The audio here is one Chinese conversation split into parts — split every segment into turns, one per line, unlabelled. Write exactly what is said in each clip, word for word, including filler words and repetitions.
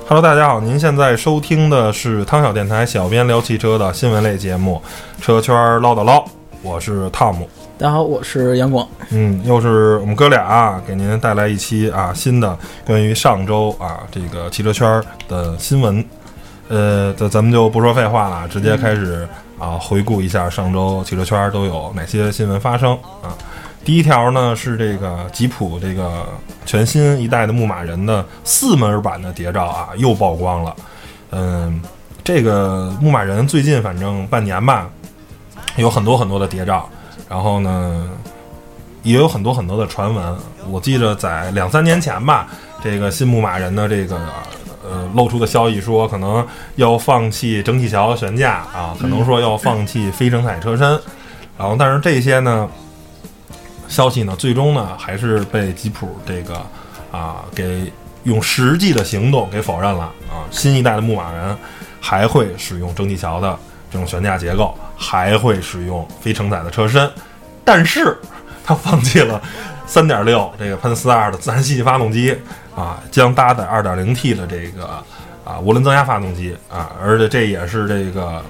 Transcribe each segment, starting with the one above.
Hello， 大家好，您现在收听的是汤小电台小编聊汽车的新闻类节目《车圈唠叨唠》，我是汤姆。
大家好，我是杨广。
嗯，又是我们哥俩啊，给您带来一期啊新的关于上周啊这个汽车圈的新闻。呃，这咱们就不说废话了，直接开始啊回顾一下上周汽车圈都有哪些新闻发生啊。第一条呢是这个吉普这个全新一代的牧马人的四门版的谍照啊又曝光了。嗯，这个牧马人最近反正半年吧，有很多很多的谍照，然后呢也有很多很多的传闻。我记得在两三年前吧，这个新牧马人的这个呃露出的消息说可能要放弃整体桥悬架啊，可能说要放弃非承载车身，然后但是这些呢消息呢，最终呢还是被吉普这个啊给用实际的行动给否认了啊。新一代的牧马人还会使用整体桥的这种悬架结构，还会使用非承载的车身，但是他放弃了 三点六 这个喷四二的自然吸气发动机啊，将搭载 二点零 T 的这个啊涡轮增压发动机啊，而且这也是这个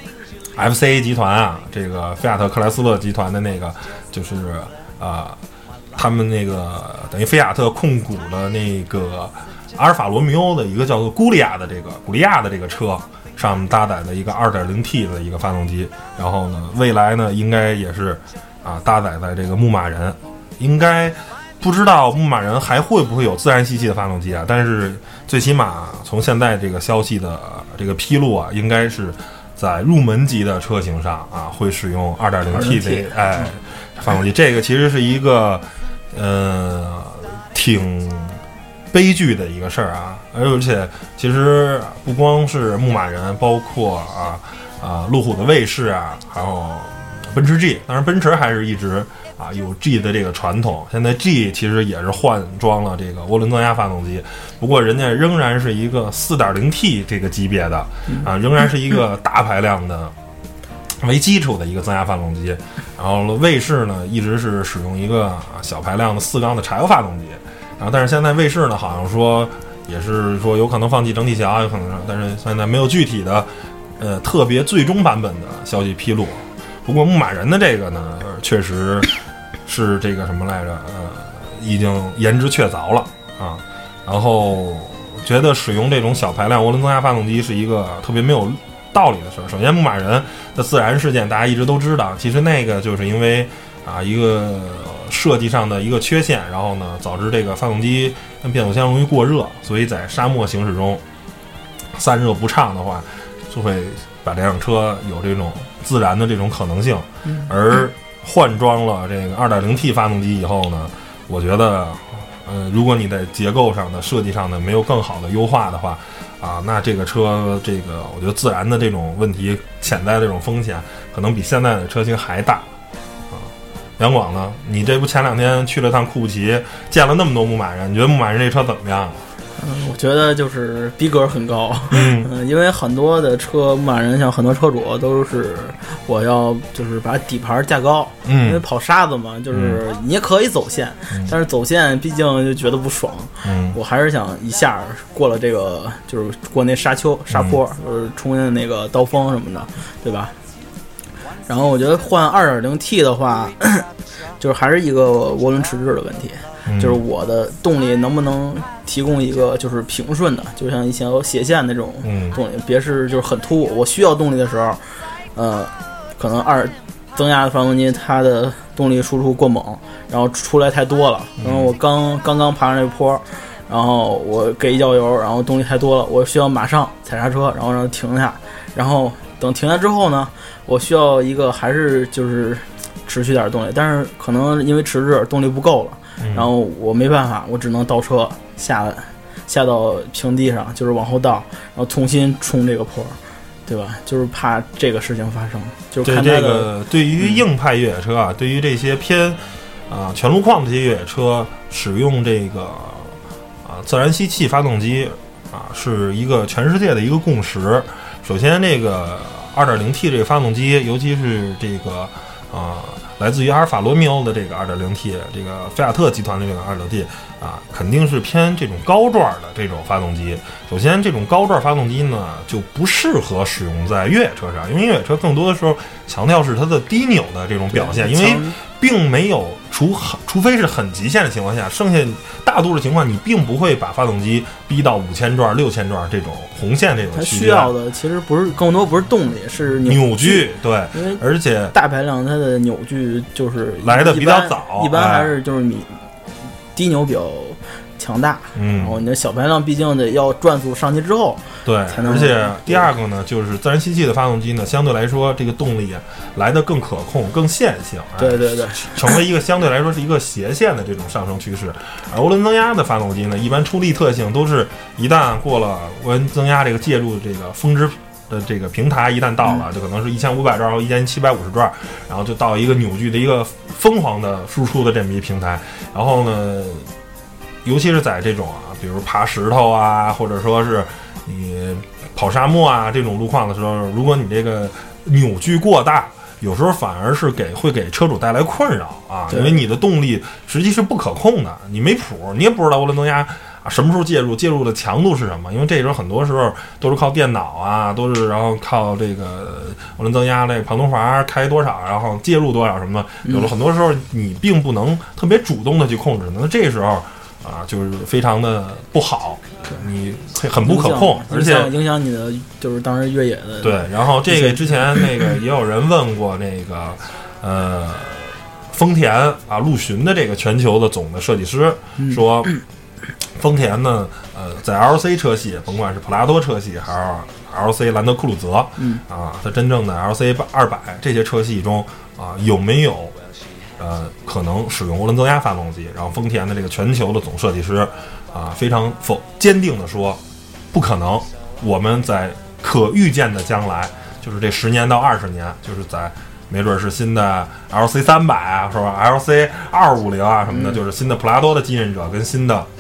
F C A 集团啊，这个菲亚特克莱斯勒集团的那个就是啊，他们那个等于菲亚特控股的那个阿尔法罗密欧的一个叫做古利亚的这个古利亚的这个车上面搭载的一个 二点零 T 的一个发动机，然后呢，未来呢应该也是啊搭载在这个牧马人，应该不知道牧马人还会不会有自然吸气的发动机啊？但是最起码从现在这个消息的这个披露啊，应该是在入门级的车型上啊会使用 二点零 T 的哎。发动机，这个其实是一个呃挺悲剧的一个事儿啊，而且其实不光是牧马人，包括啊啊路虎的卫士啊，还有奔驰 G， 当然奔驰还是一直啊有 G 的这个传统，现在 G 其实也是换装了这个涡轮增压发动机，不过人家仍然是一个 四点零 T 这个级别的啊，仍然是一个大排量的为基础的一个增压发动机，然后卫士呢一直是使用一个小排量的四缸的柴油发动机，然后但是现在卫士呢好像说也是说有可能放弃整体桥，有可能，但是现在没有具体的呃特别最终版本的消息披露。不过牧马人的这个呢确实是这个什么来着，呃，已经言之确凿了啊。然后觉得使用这种小排量涡轮增压发动机是一个特别没有道理的事儿。首先，牧马人的自燃事件大家一直都知道，其实那个就是因为啊一个设计上的一个缺陷，然后呢导致这个发动机跟变速箱容易过热，所以在沙漠行驶中散热不畅的话，就会把这辆车有这种自燃的这种可能性。而换装了这个 二点零 T 发动机以后呢，我觉得呃如果你在结构上的设计上呢没有更好的优化的话啊，那这个车，这个我觉得自燃的这种问题，潜在的这种风险，可能比现在的车型还大啊。杨广呢，你这不前两天去了趟库布齐，见了那么多牧马人，你觉得牧马人这车怎么样？
嗯，我觉得就是逼格很高，嗯，嗯因为很多的车牧马人，像很多车主都是我要就是把底盘架高，嗯，因为跑沙子嘛，就是你也可以走线，嗯，但是走线毕竟就觉得不爽，嗯，我还是想一下过了这个，就是过那沙丘沙坡，嗯，就是冲进那个刀锋什么的，对吧？然后我觉得换 二点零 T 的话，就是还是一个涡轮迟滞的问题。就是我的动力能不能提供一个就是平顺的，就像以前有斜线那种动力，别是就是很突兀。我需要动力的时候，呃，可能二增压的发动机它的动力输出过猛，然后出来太多了。然后我刚刚刚爬上这坡，然后我给一脚油，然后动力太多了，我需要马上踩刹车，然后让它停下。然后等停下之后呢，我需要一个还是就是持续点动力，但是可能因为迟滞动力不够了。然后我没办法，我只能倒车下下到平地上，就是往后倒，然后重新冲这个坡，对吧？就是怕这个事情发生。就是看
对这个对于硬派越野车啊，嗯、对于这些偏啊、呃、全路况的这些越野车，使用这个啊、呃、自然吸气发动机啊是一个全世界的一个共识。首先，这个 二点零 T 这个发动机，尤其是这个啊、呃、 来自于阿尔法罗密欧的这个 二点零 T， 这个菲亚特集团的这个 二点零 T 啊，肯定是偏这种高转的这种发动机。首先，这种高转发动机呢就不适合使用在越野车上，因为越野车更多的时候强调是它的低扭的这种表现，因为并没有除除非是很极限的情况下，剩下大多数情况你并不会把发动机逼到五千转、六千转这种红线这种区间。它
需要的其实不是更多不是动力，是
扭矩。扭矩对，
因为
而且
大排量它的扭矩就是
来的比较早，
一般还是就是你低扭比较强大，
嗯，
然后你的小排量毕竟得要转速上去之后，
对，而且第二个呢，就是自然吸气的发动机呢，相对来说这个动力啊来的更可控、更线性，
对对对，
成为一个相对来说是一个斜线的这种上升趋势。而涡轮增压的发动机呢，一般出力特性都是一旦过了涡轮增压这个介入这个峰值的这个平台，一旦到了，
嗯、
就可能是一千五百转或一千七百五十转，然后就到一个扭矩的一个疯狂的输出的这么一平台，然后呢。尤其是在这种啊，比如爬石头啊，或者说是你跑沙漠啊这种路况的时候，如果你这个扭矩过大，有时候反而是给会给车主带来困扰啊，因为你的动力实际是不可控的，你没谱，你也不知道涡轮增压啊什么时候介入，介入的强度是什么，因为这时候很多时候都是靠电脑啊，都是然后靠这个涡轮增压那个旁通阀开多少，然后介入多少什么的，有了很多时候你并不能特别主动的去控制，那这时候。啊，就是非常的不好，你很不可控，而且
影响你的就是当时越野的。
对，然后这个之前那个也有人问过那个呃丰田啊陆巡的这个全球的总的设计师、嗯、说，丰田呢呃在 L C 车系，甭管是普拉多车系还是 L C 兰德酷鲁泽，
嗯
啊，它真正的 L C 二百这些车系中啊有没有？呃，可能使用涡轮增压发动机，然后丰田的这个全球的总设计师啊，非常否坚定的说，不可能。我们在可预见的将来，就是这十年到二十年，就是在没准是新的 L C 三百啊，是吧 ？L C 二五零啊什么的，
嗯、
就是新的普拉多的继任者跟新的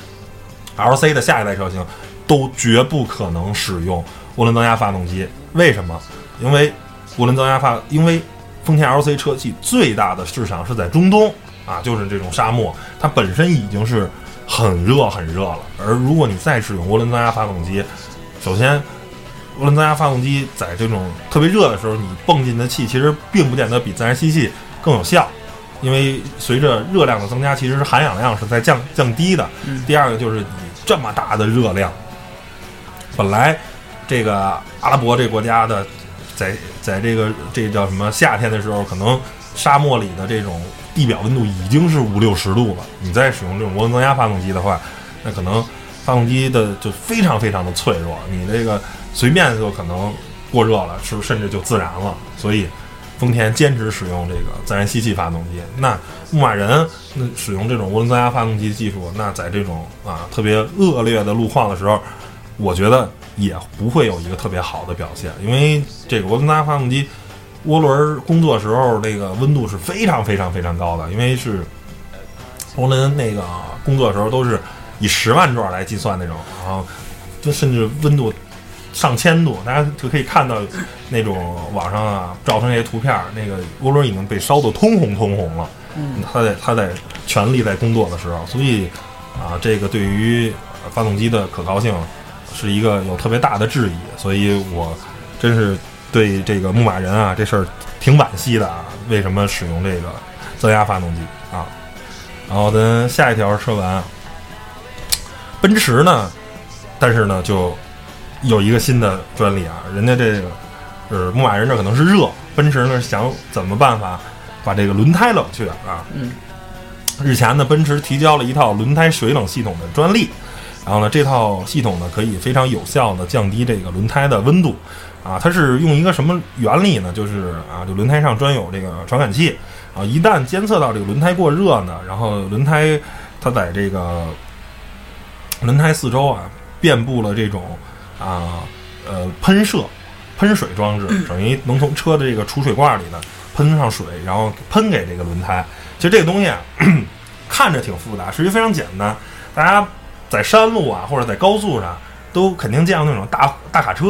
L C 的下一代车型，都绝不可能使用涡轮增压发动机。为什么？因为涡轮增压发，因为丰田 L C 车系最大的市场是在中东啊，就是这种沙漠，它本身已经是很热很热了。而如果你再使用涡轮增压发动机，首先涡轮增压发动机在这种特别热的时候，你泵进的气其实并不见得比自然吸气更有效，因为随着热量的增加，其实含氧量是在降降低的。
嗯、
第二个就是你这么大的热量，本来这个阿拉伯这个国家的。在在这个这叫什么夏天的时候，可能沙漠里的这种地表温度已经是五六十度了。你再使用这种涡轮增压发动机的话，那可能发动机的就非常非常的脆弱，你这个随便就可能过热了，是甚至就自燃了。所以丰田坚持使用这个自然吸气发动机。那牧马人那使用这种涡轮增压发动机技术，那在这种啊特别恶劣的路况的时候，我觉得。也不会有一个特别好的表现，因为这个涡轮增压发动机涡轮工作时候那个温度是非常非常非常高的，因为是涡轮那个工作的时候都是以十万转来计算那种，然后就甚至温度上千度，大家就可以看到那种网上啊照出那些图片，那个涡轮已经被烧得通红通红了。
嗯，
它在它在全力在工作的时候，所以啊，这个对于发动机的可靠性。是一个有特别大的质疑，所以我真是对这个牧马人啊这事儿挺惋惜的啊。为什么使用这个增压发动机啊？然后咱下一条说完，奔驰呢，但是呢就有一个新的专利啊，人家这个是牧马人这可能是热，奔驰呢想怎么办法把这个轮胎冷却啊？
嗯，
日前呢，奔驰提交了一套轮胎水冷系统的专利。然后呢，这套系统呢可以非常有效的降低这个轮胎的温度，啊，它是用一个什么原理呢？就是啊，这轮胎上专有这个传感器，啊，一旦监测到这个轮胎过热呢，然后轮胎它在这个轮胎四周啊遍布了这种啊呃喷射喷水装置，等于能从车的这个储水罐里呢喷上水，然后喷给这个轮胎。其实这个东西啊看着挺复杂，实际非常简单，大家。在山路啊，或者在高速上，都肯定见到那种大大卡车，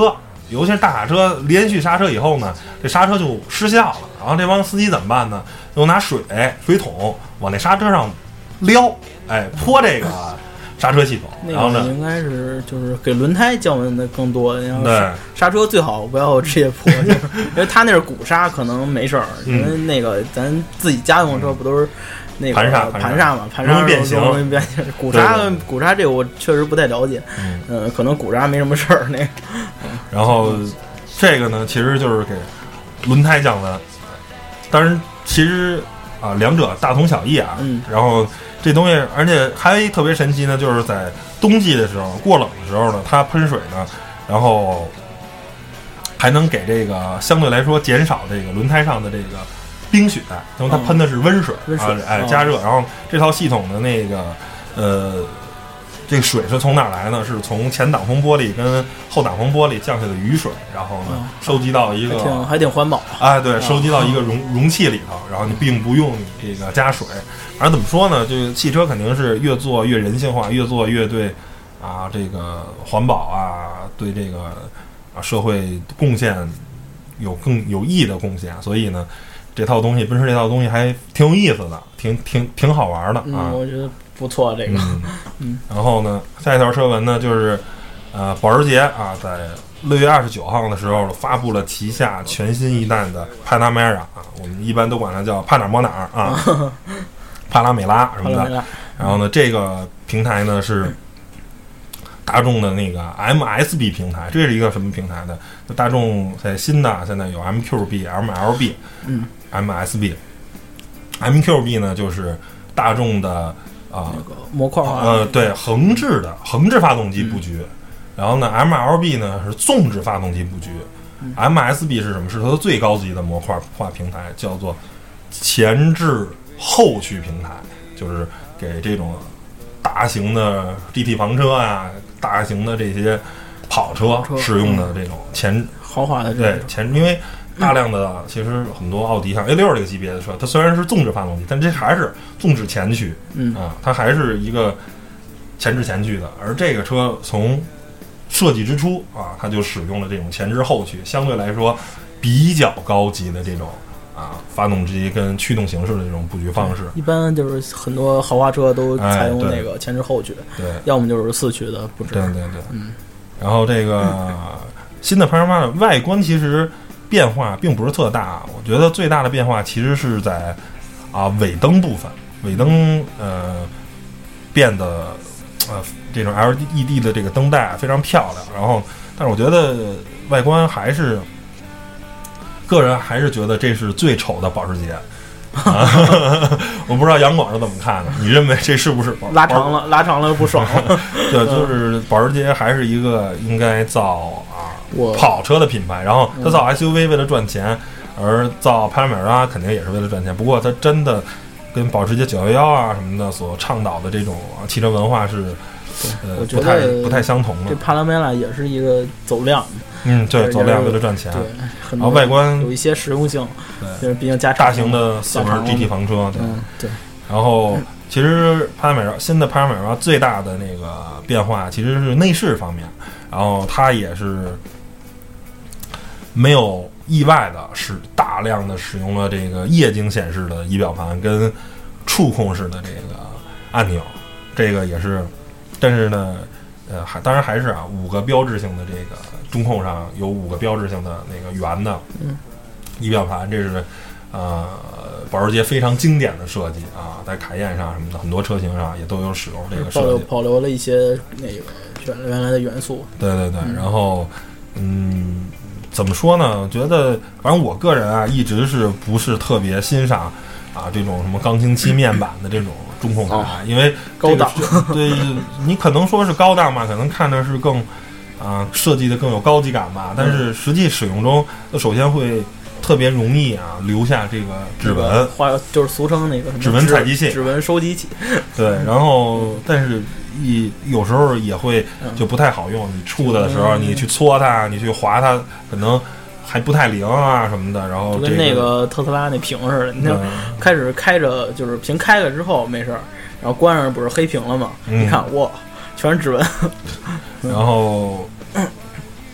尤其是大卡车连续刹车以后呢，这刹车就失效了。然后这帮司机怎么办呢？就拿水水桶往那刹车上撩，哎，泼这个刹车系统。然后呢，
应该是就是给轮胎降温的更多。然后
对，
刹车最好不要直接泼，就是因为它那是鼓刹，可能没事儿。
嗯、
因为那个咱自己家用车不都是那个
盘刹
盘刹嘛，盘刹
容易变形，
容易变形。鼓刹鼓刹这个我确实不太了解，
嗯，
呃，可能鼓刹没什么事儿那个。
然后这个呢，其实就是给轮胎降温。当然，其实啊，两者大同小异啊。
嗯。
然后这东西，而且还有一特别神奇呢，就是在冬季的时候，过冷的时候呢，它喷水呢，然后还能给这个相对来说减少这个轮胎上的这个冰雪，因为它喷的是温水，
温水
啊，哎，加热。然后这套系统的那个呃。这个水是从哪儿来呢？是从前挡风玻璃跟后挡风玻璃降下的雨水，然后呢、嗯、收集到一个
还挺还挺环保。
哎，对，收集到一个容、嗯、容器里头，然后你并不用你这个加水。而怎么说呢？这个汽车肯定是越做越人性化，越做越对啊这个环保啊，对这个啊社会贡献有更有益的贡献。所以呢，这套东西奔驰这套东西还挺有意思的，挺挺挺好玩的啊、
嗯。我觉得。不错，这个，
嗯，
嗯，
然后呢，下一条车文呢，就是，呃，保时捷啊，在六月二十九号的时候发布了旗下全新一代的帕拉梅拉啊，我们一般都管它叫帕哪摩哪儿啊，帕拉梅拉什么的。然后呢，这个平台呢是大众的那个 M S B 平台，这是一个什么平台呢？大众在新的现在有 M Q B、M L B，
嗯
，M S B，M Q B 呢就是大众的。啊，
那个模块化，
呃，对，横置的横置发动机布局，
嗯、
然后呢 ，M L B 呢是纵置发动机布局、
嗯、
，M S B 是什么？是它的最高级的模块化平台，叫做前置后驱平台，就是给这种大型的 G T 房车啊、大型的这些跑车使用的这种前、嗯、
豪华的
对前，因为。大量的其实很多奥迪像 A 六这个级别的车，它虽然是纵置发动机，但这还是纵置前驱，
嗯
啊，它还是一个前置前驱的。而这个车从设计之初啊，它就使用了这种前置后驱，相对来说比较高级的这种啊发动机跟驱动形式的这种布局方式。
一般就是很多豪华车都采用那个前置后驱，
对，
要么就是四驱的布置。
对对对，
嗯。
然后这个、嗯、新的帕拉梅拉的外观其实。变化并不是特大，我觉得最大的变化其实是在啊尾灯部分，尾灯呃变得呃这种 L E D 的这个灯带非常漂亮，然后但是我觉得外观还是个人还是觉得这是最丑的保时捷。啊、我不知道杨广是怎么看的，你认为这是不是
拉长了拉长了不爽了？
对，就是保时捷还是一个应该造啊跑车的品牌，然后他造 S U V 为了赚钱，而造帕拉梅拉肯定也是为了赚钱。不过他真的跟保时捷九一一啊什么的所倡导的这种汽车文化是呃不太不太相同的。
这帕拉梅拉也是一个走量。
嗯，对，走量为了赚钱。
对，
然后外观
有一些实用性，
对，
就是毕竟加
大型的四门 G T 房车，对、
嗯、对。
然后其实帕拉梅拉新的帕拉梅拉最大的那个变化其实是内饰方面，然后它也是没有意外的使大量的使用了这个液晶显示的仪表盘跟触控式的这个按钮，这个也是，但是呢。呃，还当然还是啊，五个标志性的这个中控上有五个标志性的那个圆的仪表盘，这是呃保时捷非常经典的设计啊，在凯宴上什么的很多车型上也都有使用这个设计，
保留保留了一些那个原原来的元素。
对对对，然后嗯，怎么说呢？我觉得反正我个人啊，一直是不是特别欣赏啊这种什么钢琴漆面板的这种。中控台、哦，因为、这个、
高档，
对你可能说是高档嘛，可能看着是更啊、呃、设计的更有高级感吧，但是实际使用中，首先会特别容易啊留下这个指纹，
画、那个、就是俗称那个
指纹采集器、
指纹收集器。
对，然后但是一有时候也会就不太好用，你触的时候，你去搓它，你去划它，可能。还不太灵啊什么的，然后、这个、
就跟那个特斯拉那屏似的，你看、嗯、开始开着就是屏开了之后没事儿，然后关上不是黑屏了吗？
嗯、
你看哇，全是指纹。
然后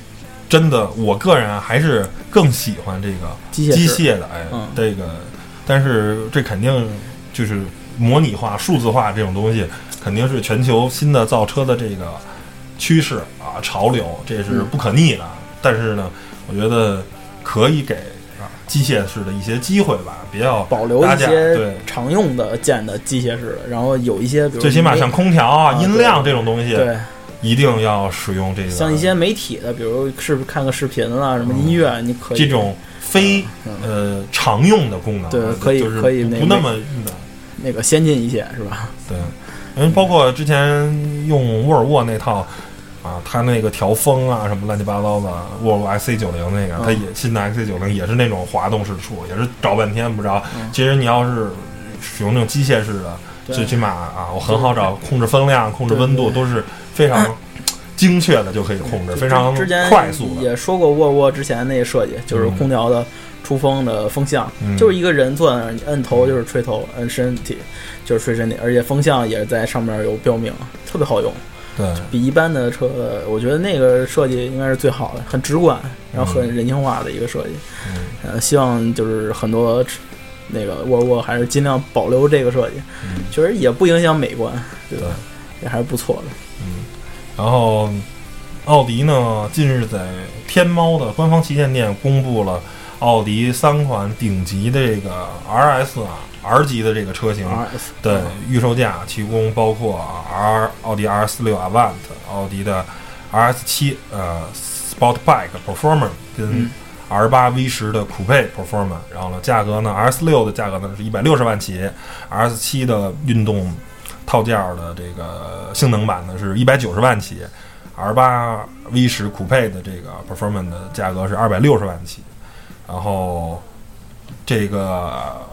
真的，我个人还是更喜欢这个
机械
机械的，哎，
嗯、
这个，但是这肯定就是模拟化、数字化这种东西，肯定是全球新的造车的这个趋势啊、潮流，这是不可逆的。嗯、但是呢，我觉得可以给啊机械式的一些机会吧，别要
保留一些常用的建的机械式的，然后有一些比如
最起码像空调啊、
啊
音量这种东西，
对。
一定要使用这个，
像一些媒体的，比如是看个视频啦，什么音乐，嗯、你可以
这种非、嗯、呃常用的功能，
对，可以、
就是、
可以
不那么
那个先进一些，是吧？
对，因为包括之前用沃尔沃那套啊，它那个调风啊什么乱七八糟的，沃尔沃 X C 九十 那个，它也、嗯、新的 X C 九十 也是那种滑动式触，也是找半天不知道。嗯、其实你要是使用那种机械式的。最起码啊，我很好找，控制风量、控制温度都是非常精确的，就可以控制，非常快速的。
也说过沃尔沃之前那个设计，就是空调的出风的风向，
嗯、
就是一个人坐在那儿，你摁头就是吹头，摁身体就是吹身体，而且风向也在上面有标明，特别好用。
对，
比一般的车，我觉得那个设计应该是最好的，很直观，然后很人性化的一个设计。
嗯、
呃，希望就是很多。那个沃尔沃还是尽量保留这个设计，
嗯、
确实也不影响美观，对吧？
对，
也还是不错的。
嗯，然后奥迪呢，近日在天猫的官方旗舰店公布了奥迪三款顶级的这个 R S 啊 R 级的这个车型的预售价，其中包括 R 奥迪 R 四十六 Avant、奥迪的 R S 七呃 Sportback Performance 跟、
嗯
R 八 V 十 的酷配 Performance， 然后呢，价格呢 R S 六 的价格呢是一百六十万起 ，R S 七 的运动套件的这个性能版呢是一百九十万起 ，R 八 V 十 酷配的这个 Performance 的价格是二百六十万起，然后这个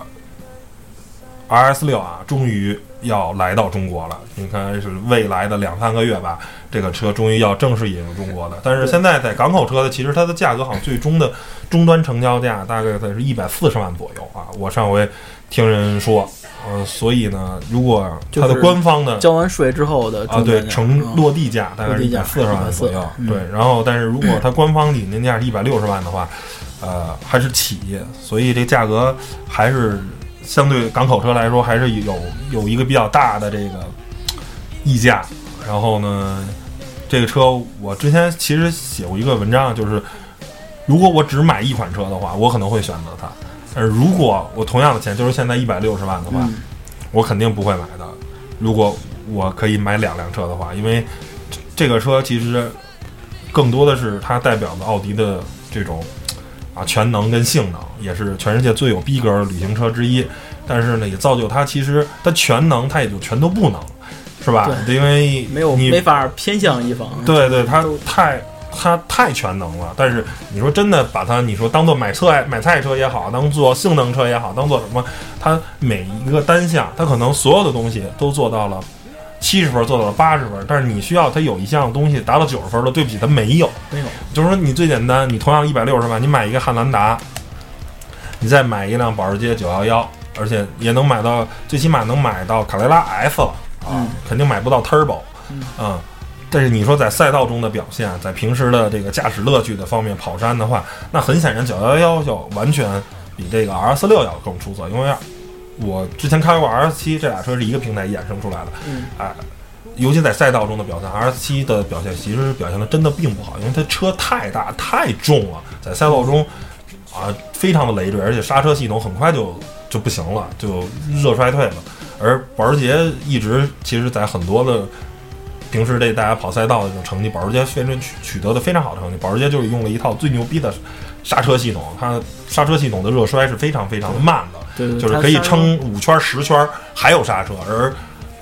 R S 六 啊，终于要来到中国了，应该是未来的两三个月吧。这个车终于要正式引入中国的，但是现在在港口车的，其实它的价格好像最终的终端成交价大概在是一百四十万左右啊。我上回听人说，呃，所以呢，如果它的官方的、
就是、交完税之后的
啊，对，成落地价大概是一百四十万左右，
嗯、
对。然后，但是如果它官方引进价是一百六十万的话，呃，还是企业，所以这价格还是相对港口车来说，还是有有一个比较大的这个溢价。然后呢？这个车我之前其实写过一个文章，就是如果我只买一款车的话，我可能会选择它。但是如果我同样的钱，就是现在一百六十万的话、
嗯，
我肯定不会买的。如果我可以买两辆车的话，因为这个车其实更多的是它代表的奥迪的这种啊全能跟性能，也是全世界最有逼格的旅行车之一。但是呢，也造就它其实它全能，它也就全都不能。是吧？因为
没有没法偏向一方。
对对，它太它太全能了。但是你说真的把它，你说当做买车买菜车也好，当做性能车也好，当做什么？它每一个单项，它可能所有的东西都做到了七十分，做到了八十分。但是你需要它有一项东西达到九十分的，对不起，它没有。
没有。
就是说你最简单，你同样一百六十万，你买一个汉兰达，你再买一辆保时捷九一一，而且也能买到，最起码能买到卡雷拉 F 了。啊、
嗯，
肯定买不到 Turbo，
嗯，
嗯，但是你说在赛道中的表现，在平时的这个驾驶乐趣的方面，跑山的话，那很显然九一一就完全比这个 R 四十六要更出色，因为我之前开过 R 四十七，这俩车是一个平台衍生出来的，
嗯，
哎，尤其在赛道中的表现 ，R 四十七的表现其实表现的真的并不好，因为它车太大太重了，在赛道中啊非常的累赘，而且刹车系统很快就就不行了，就热衰退了。而保时捷一直其实在很多的平时这大家跑赛道的这种成绩，保时捷非常取取得的非常好的成绩。保时捷就是用了一套最牛逼的刹车系统，它刹车系统的热衰是非常非常的慢的，
对对对，
就是可以撑五圈十圈还有刹车，而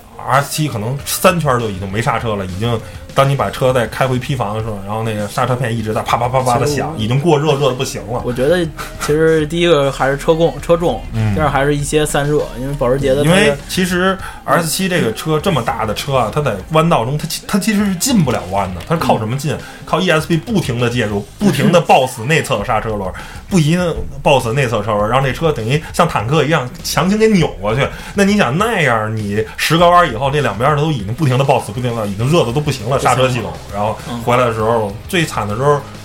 R 七 可能三圈就已经没刹车了，已经当你把车再开回坯房的时候，然后那个刹车片一直在啪啪啪啪的响，已经过热热的不行了。
我觉得其实第一个还是车重车重，
嗯，
第二还是一些散热，因为保时捷的，
因为其实 R 七 这个车这么大的车啊，它在弯道中它它其实是进不了弯的，它是靠什么进？嗯、靠 E S P 不停的介入，不停的抱死内侧刹车轮，不一定抱死内侧车轮，让这车等于像坦克一样强行给扭过去。那你想那样，你十个弯以后，这两边的都已经不停的抱死，不停的已经热的都不行了。刹车系统，然后回来的时候、嗯、最惨的时候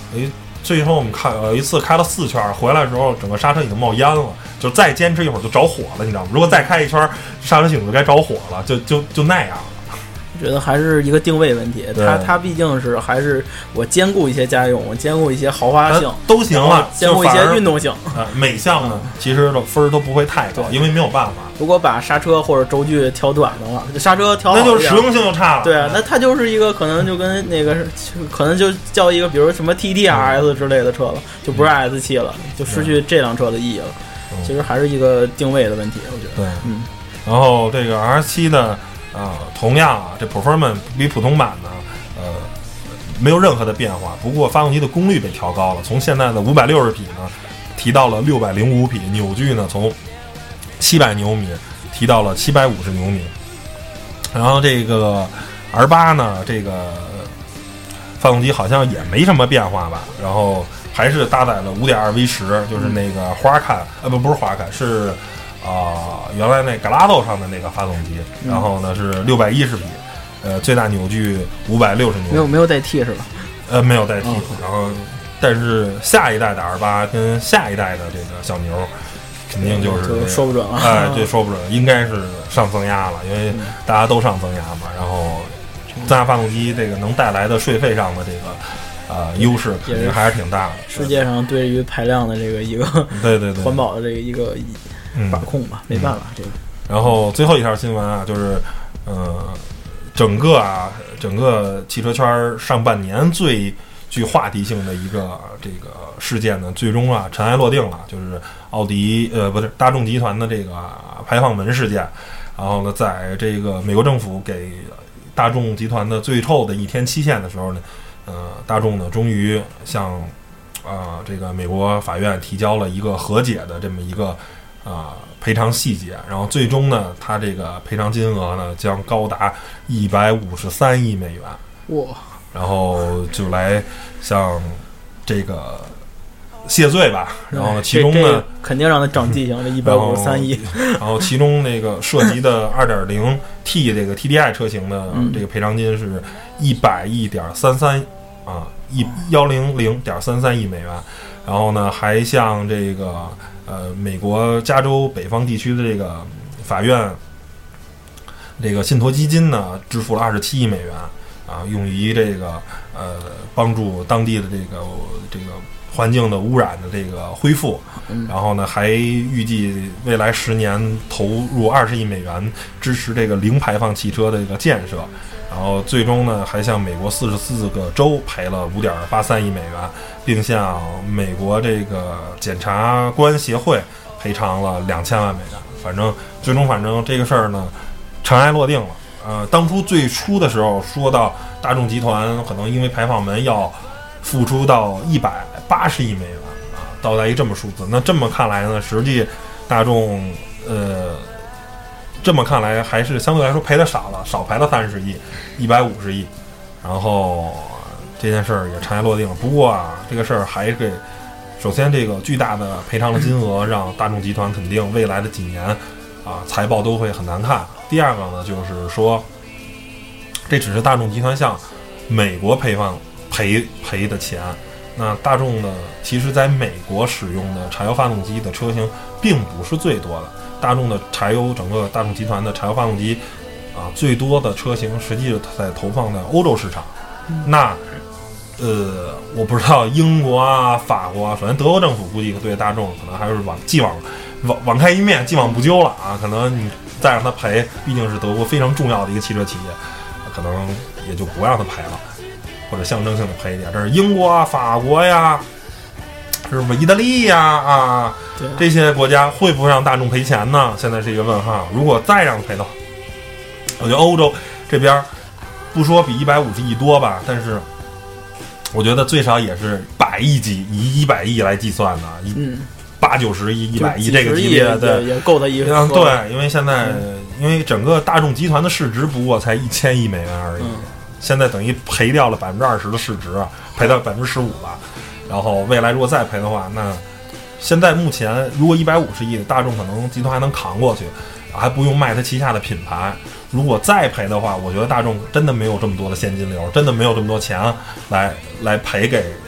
诶，最后我们看有一次开了四圈，回来的时候整个刹车已经冒烟了，就再坚持一会儿就着火了，你知道吗？如果再开一圈，刹车系统就该着火了，就就就那样了。
我觉得还是一个定位问题，它它毕竟是还是我兼顾一些家用，我兼顾一些豪华性
都行了，
兼顾一些运动性。
呃，每项呢其实分儿都不会太高，因为没有办法。
如果把刹车或者轴距调短的话，刹车调好
那就是实用性就差了。
对啊，那它就是一个可能就跟那个可能就叫一个比如什么 T T R S 之类的车了，就不是 S 七了，就失去这辆车的意义了。其实还是一个定位的问题，我觉得。
对，
嗯。
然后这个 R 七的。啊，同样啊，这 performance 比普通版呢，呃，没有任何的变化。不过发动机的功率被调高了，从现在的五百六十匹呢，提到了六百零五匹，扭矩呢从七百牛米提到了七百五十牛米。然后这个 R 八呢，这个发动机好像也没什么变化吧，然后还是搭载了 五点二 V 十， 就是那个花坎，呃不不是花坎，是啊、呃，原来那 Gallardo 上的那个发动机，然后呢是六百一十匹，呃，最大扭矩五百六十牛，
没有没有代替是吧？
呃，没有代替。
哦、
然后，但是下一代的 R 八跟下一代的这个小牛，肯定就是、这个、
就说不准了。
哎，这说不准，应该是上增压了，因为大家都上增压嘛。然后，增压发动机这个能带来的税费上的这个。呃，优势肯定还是挺大的。
世界上对于排量的这个一个
对对对
环保的这个一个把控吧，嗯、没办法、嗯、这个。
然后最后一条新闻啊，就是呃，整个啊，整个汽车圈上半年最具话题性的一个这个事件呢，最终啊尘埃落定了，就是奥迪呃不是大众集团的这个排放门事件。然后呢，在这个美国政府给大众集团的最后的一天期限的时候呢。呃，大众呢，终于向啊、呃、这个美国法院提交了一个和解的这么一个啊、呃、赔偿细节，然后最终呢，它这个赔偿金额呢将高达一百五十三亿美元。
哇！
然后就来向这个谢罪吧。然后呢，其中呢
肯定让他长记性，这一百五十三亿。
然后其中那个涉及的 二点零 T 这个 T D I 车型的这个赔偿金是一百亿点三三。啊，一幺零零点三三亿美元，然后呢，还向这个呃美国加州北方地区的这个法院这个信托基金呢，支付了二十七亿美元啊，用于这个呃帮助当地的这个这个环境的污染的这个恢复，然后呢，还预计未来十年投入二十亿美元支持这个零排放汽车的这个建设。然后最终呢，还向美国四十四个州赔了五点八三亿美元，并向美国这个检察官协会赔偿了两千万美元。反正最终，反正这个事儿呢，尘埃落定了。呃，当初最初的时候说到大众集团可能因为排放门要付出到一百八十亿美元啊，到达一这么数字。那这么看来呢，实际大众呃。这么看来，还是相对来说赔的少了，少赔了三十亿，一百五十亿，然后这件事儿也尘埃落定了。不过啊，这个事儿还是首先这个巨大的赔偿的金额，让大众集团肯定未来的几年啊财报都会很难看。第二个呢，就是说，这只是大众集团向美国赔放赔赔的钱。那大众呢，其实在美国使用的柴油发动机的车型并不是最多的。大众的柴油，整个大众集团的柴油发动机啊，最多的车型实际在投放在欧洲市场。那呃，我不知道英国啊、法国啊，首先德国政府估计对大众可能还是往既往网网开一面，既往不咎了啊。可能你再让他赔，毕竟是德国非常重要的一个汽车企业，可能也就不让他赔了，或者象征性的赔一点。这是英国啊、法国呀。是不是意大利呀 啊, 啊这些国家会不会让大众赔钱呢？现在是一个问号。如果再让赔的话，我觉得欧洲这边不说比一百五十亿多吧，但是我觉得最少也是百亿级，以一百亿来计算的，
嗯，
八九十亿、一百亿这个级别，对，
也够他一个。
对，因为现在、嗯、因为整个大众集团的市值不过才一千亿美元而已，
嗯、
现在等于赔掉了百分之二十的市值，赔到百分之十五吧。然后未来如果再赔的话，那现在目前如果一百五十亿的大众可能集团还能扛过去，还不用卖它旗下的品牌。如果再赔的话，我觉得大众真的没有这么多的现金流，真的没有这么多钱来来赔给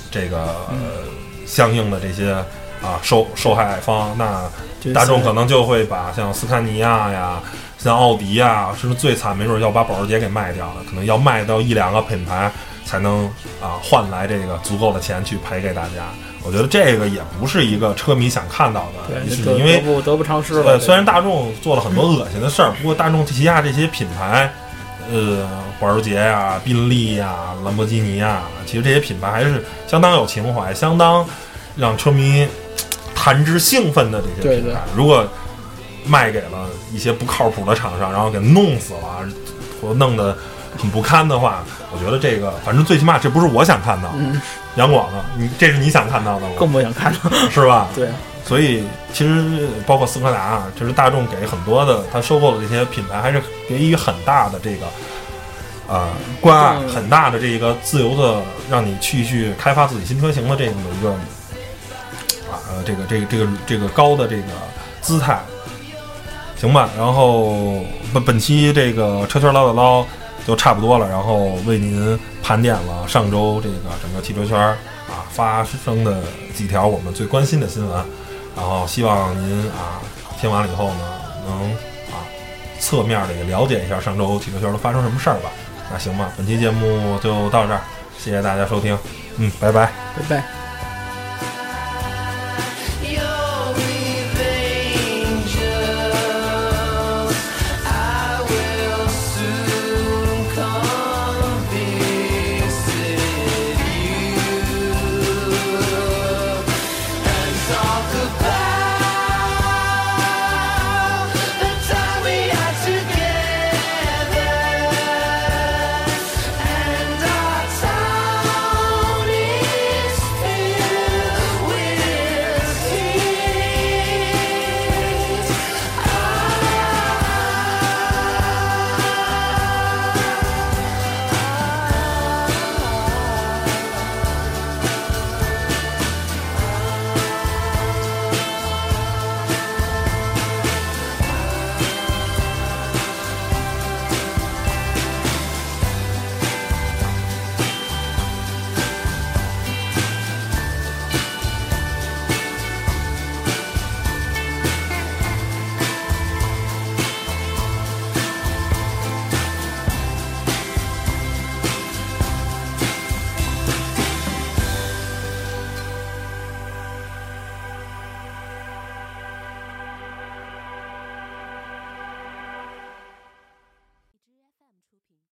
这个、呃、相应的这些啊受受害方，那大众可能就会把像斯堪尼亚呀、像奥迪呀，甚至最惨没准要把保时捷给卖掉了，可能要卖到一两个品牌才能啊换来这个足够的钱去赔给大家。我觉得这个也不是一个车迷想看到的一事情，因为
得不得不偿失了。
对，虽然大众做了很多恶心的事儿，不过大众旗下这些品牌，呃，保时捷呀、宾利呀、兰博基尼呀，其实这些品牌还是相当有情怀，相当让车迷谈之兴奋的这些品牌。
对对，
如果卖给了一些不靠谱的厂商，然后给弄死了，或弄得很不堪的话，我觉得这个反正最起码这不是我想看到的。
嗯，
杨广呢？你这是你想看到的吗？
更不想看到，
是吧？
对。
所以其实包括斯柯达啊，就是大众给很多的他收购的这些品牌，还是给予很大的这个呃关爱，很大的这个自由的让你去去开发自己新车型的这么一个啊呃这个这个这个这个高的这个姿态。行吧，然后本本期这个车圈唠叨唠就差不多了，然后为您盘点了上周这个整个汽车圈啊发生的几条我们最关心的新闻，然后希望您啊听完了以后呢，能啊侧面的也了解一下上周汽车圈都发生什么事儿吧。那行吧，本期节目就到这儿，谢谢大家收听，嗯，拜拜，
拜拜。